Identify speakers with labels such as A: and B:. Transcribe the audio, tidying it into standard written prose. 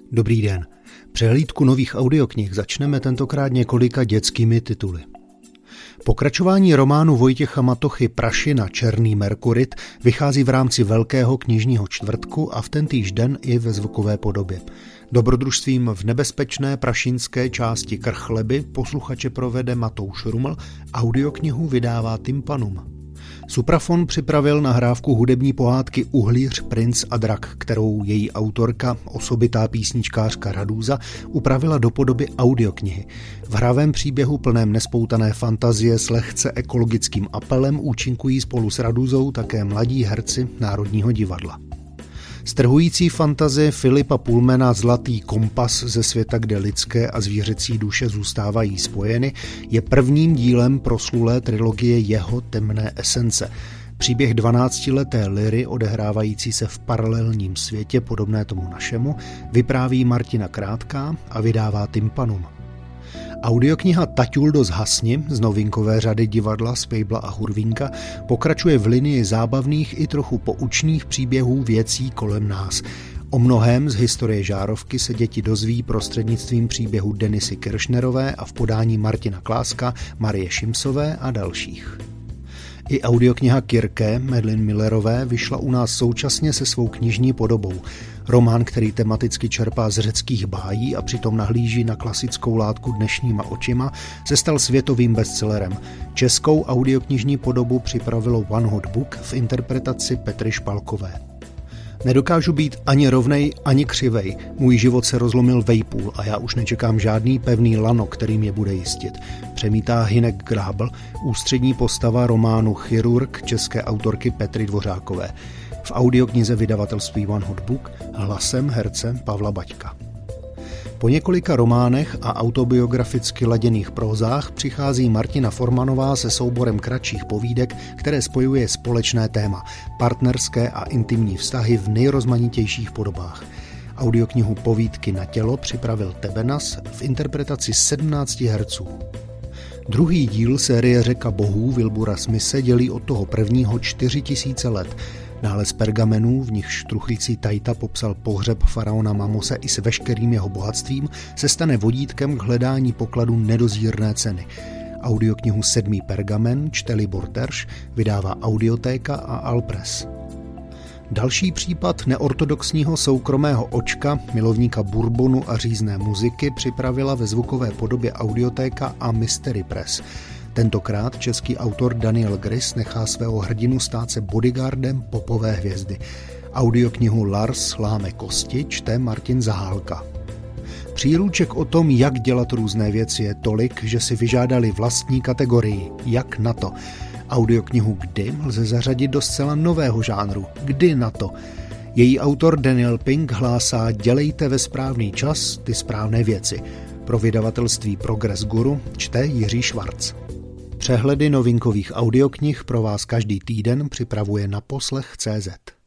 A: Dobrý den. Přehlídku nových audioknih začneme tentokrát několika dětskými tituly. Pokračování románu Vojtěcha Matochy Prašina Černý Merkurit vychází v rámci Velkého knižního čtvrtku a v tentýž den i ve zvukové podobě. Dobrodružstvím v nebezpečné prašinské části Krchleby posluchače provede Matouš Ruml, audioknihu vydává Tympanum. Suprafon připravil nahrávku hudební pohádky Uhlíř, princ a drak, kterou její autorka, osobitá písničkářka Radúza, upravila do podoby audioknihy. V hravém příběhu plném nespoutané fantazie s lehce ekologickým apelem účinkují spolu s Radúzou také mladí herci Národního divadla. Strhující fantazie Filipa Pullmana Zlatý kompas ze světa, kde lidské a zvířecí duše zůstávají spojeny, je prvním dílem proslulé trilogie Jeho temné esence. Příběh 12leté Liry, odehrávající se v paralelním světě podobné tomu našemu, vypráví Martina Krátká a vydává Tympanum. Audiokniha Taťuldo zhasni z novinkové řady divadla Spejbla a Hurvínka pokračuje v linii zábavných i trochu poučných příběhů věcí kolem nás. O mnohém z historie žárovky se děti dozví prostřednictvím příběhu Denisy Kiršnerové a v podání Martina Kláska, Marie Šimsové a dalších. I audiokniha Kirke Madeline Millerové vyšla u nás současně se svou knižní podobou. Román, který tematicky čerpá z řeckých bájí a přitom nahlíží na klasickou látku dnešníma očima, se stal světovým bestsellerem. Českou audioknižní podobu připravilo One Hot Book v interpretaci Petry Špalkové. Nedokážu být ani rovnej, ani křivej. Můj život se rozlomil vejpůl a já už nečekám žádný pevný lano, který mě bude jistit. Přemítá Hynek Grábl, ústřední postava románu Chirurg české autorky Petry Dvořákové. V audioknize vydavatelství One Hot Book hlasem herce Pavla Baťka. Po několika románech a autobiograficky laděných prózách přichází Martina Formanová se souborem kratších povídek, které spojuje společné téma – partnerské a intimní vztahy v nejrozmanitějších podobách. Audioknihu Povídky na tělo připravil Tebenas v interpretaci 17 herců. Druhý díl série Řeka bohů Wilbura Smise dělí od toho prvního 4000 let. Nález pergamenů, v nichž truchlící Tajta popsal pohřeb faraona Mamose i s veškerým jeho bohatstvím, se stane vodítkem k hledání pokladu nedozírné ceny. Audioknihu 7. pergamen čte Libor Terš, vydává Audiotéka a Alpress. Další případ neortodoxního soukromého očka, milovníka bourbonu a řízné muziky, připravila ve zvukové podobě Audiotéka a Mystery Press. Tentokrát český autor Daniel Gris nechá svého hrdinu stát se bodyguardem popové hvězdy. Audioknihu Lars láme kosti čte Martin Zahálka. Příruček o tom, jak dělat různé věci, je tolik, že si vyžádali vlastní kategorii Jak na to. Audioknihu Kdy lze zařadit do zcela nového žánru Kdy na to. Její autor Daniel Pink hlásá Dělejte ve správný čas ty správné věci. Pro vydavatelství Progress Guru čte Jiří Švarc. Přehledy novinkových audioknih pro vás každý týden připravuje naposlech.cz.